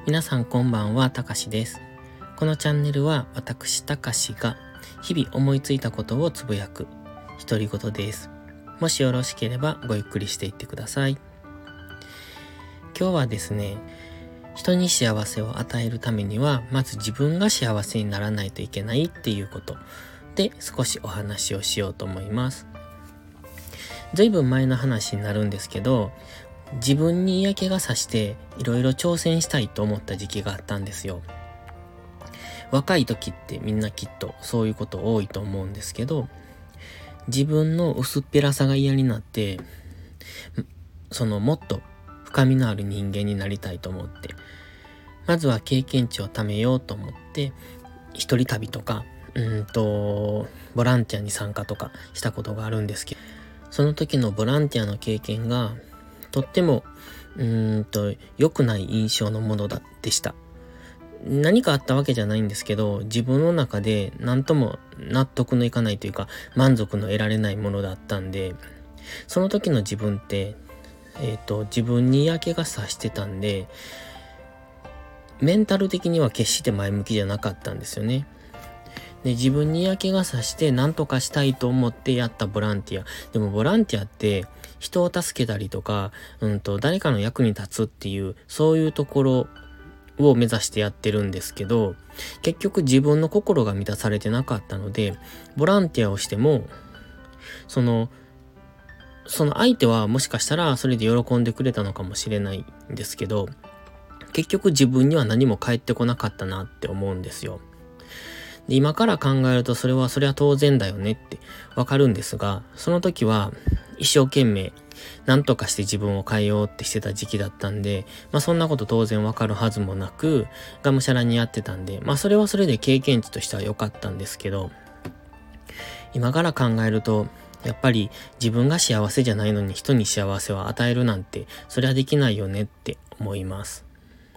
皆さんこんばんは、たかしです。このチャンネルは私たかしが日々思いついたことをつぶやく独り言です。もしよろしければごゆっくりしていってください。今日はですね、人に幸せを与えるためにはまず自分が幸せにならないといけないっていうことで少しお話をしようと思います。ずいぶん前の話になるんですけど、自分に嫌気がさしていろいろ挑戦したいと思った時期があったんですよ。若い時ってみんなきっとそういうこと多いと思うんですけど、自分の薄っぺらさが嫌になって、もっと深みのある人間になりたいと思って、まずは経験値を貯めようと思って、一人旅とか、ボランティアに参加とかしたことがあるんですけど、その時のボランティアの経験が、とっても、良くない印象のものでした。何かあったわけじゃないんですけど、自分の中で何とも納得のいかないというか、満足の得られないものだったんで、その時の自分って、自分に嫌気がさしてたんで、メンタル的には決して前向きじゃなかったんですよね。で、自分に嫌気がさして何とかしたいと思ってやったボランティア。でもボランティアって人を助けたりとか、誰かの役に立つっていう、そういうところを目指してやってるんですけど、結局自分の心が満たされてなかったので、ボランティアをしても、その相手はもしかしたらそれで喜んでくれたのかもしれないんですけど、結局自分には何も返ってこなかったなって思うんですよ。で、今から考えるとそれは当然だよねってわかるんですが、その時は一生懸命何とかして自分を変えようってしてた時期だったんで、そんなこと当然わかるはずもなく、がむしゃらにやってたんで、それはそれで経験値としては良かったんですけど、今から考えると、やっぱり自分が幸せじゃないのに人に幸せを与えるなんて、それはできないよねって思います。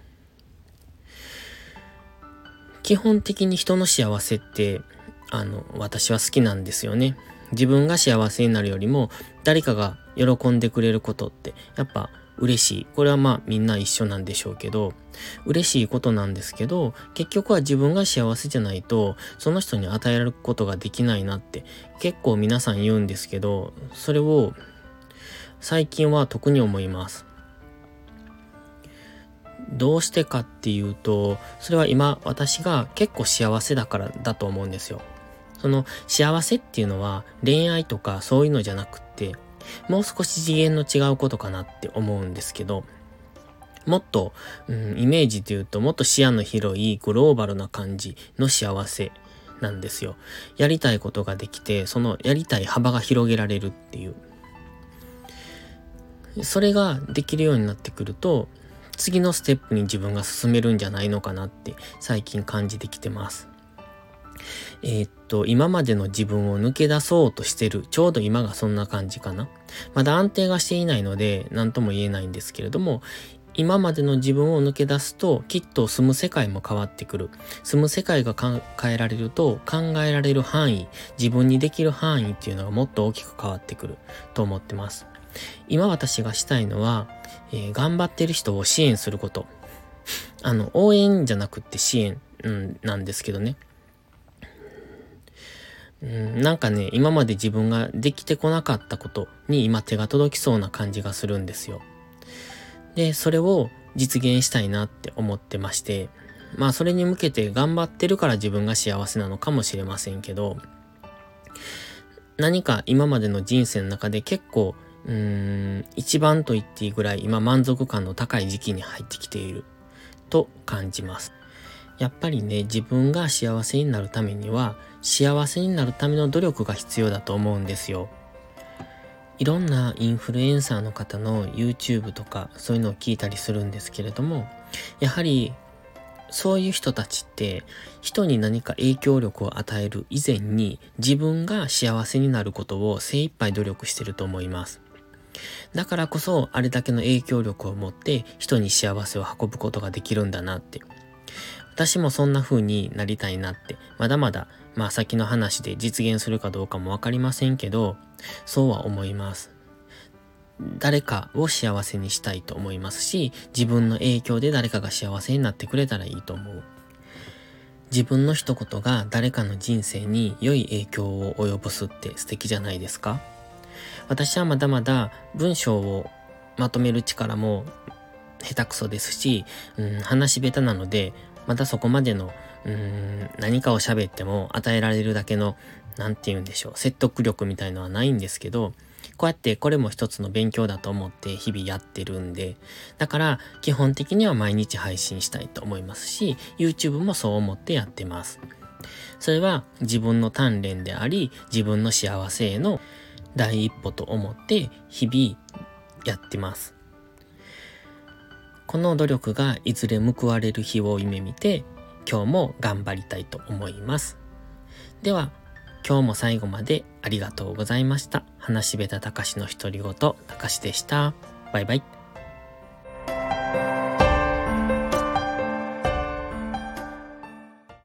基本的に人の幸せって、私は好きなんですよね。自分が幸せになるよりも、誰かが喜んでくれることって、やっぱ嬉しい。これはみんな一緒なんでしょうけど、嬉しいことなんですけど、結局は自分が幸せじゃないと、その人に与えられることができないなって、結構皆さん言うんですけど、それを最近は特に思います。どうしてかっていうと、それは今私が結構幸せだからだと思うんですよ。その幸せっていうのは恋愛とかそういうのじゃなくって、もう少し次元の違うことかなって思うんですけど、もっと、イメージで言うともっと視野の広いグローバルな感じの幸せなんですよ。やりたいことができて、そのやりたい幅が広げられるっていう。それができるようになってくると、次のステップに自分が進めるんじゃないのかなって最近感じてきてます。今までの自分を抜け出そうとしてる。ちょうど今がそんな感じかな。まだ安定がしていないので何とも言えないんですけれども、今までの自分を抜け出すときっと住む世界も変わってくる。住む世界が変えられると考えられる範囲、自分にできる範囲っていうのがもっと大きく変わってくると思ってます。今私がしたいのは、頑張ってる人を支援すること。応援じゃなくって支援、なんですけどね。なんかね、今まで自分ができてこなかったことに今手が届きそうな感じがするんですよ。で、それを実現したいなって思ってまして、それに向けて頑張ってるから自分が幸せなのかもしれませんけど、何か今までの人生の中で結構一番と言っていいぐらい今満足感の高い時期に入ってきていると感じます。やっぱりね、自分が幸せになるためには幸せになるための努力が必要だと思うんですよ。いろんなインフルエンサーの方の YouTube とかそういうのを聞いたりするんですけれども、やはりそういう人たちって人に何か影響力を与える以前に自分が幸せになることを精一杯努力してると思います。だからこそあれだけの影響力を持って人に幸せを運ぶことができるんだなって。私もそんな風になりたいなって、まだまだ先の話で実現するかどうかもわかりませんけど、そうは思います。 誰かを幸せにしたいと思いますし、自分の影響で誰かが幸せになってくれたらいいと思う。自分の一言が誰かの人生に良い影響を及ぼすって素敵じゃないですか？私はまだまだ文章をまとめる力も下手くそですし、話下手なので、まだそこまでの、何かを喋っても与えられるだけの、説得力みたいのはないんですけど、こうやってこれも一つの勉強だと思って日々やってるんで、だから基本的には毎日配信したいと思いますし、YouTube もそう思ってやってます。それは自分の鍛錬であり、自分の幸せへの第一歩と思って日々やってます。この努力がいずれ報われる日を夢見て、今日も頑張りたいと思います。では、今日も最後までありがとうございました。話しべたたかしの独り言、たかしでした。バイバイ。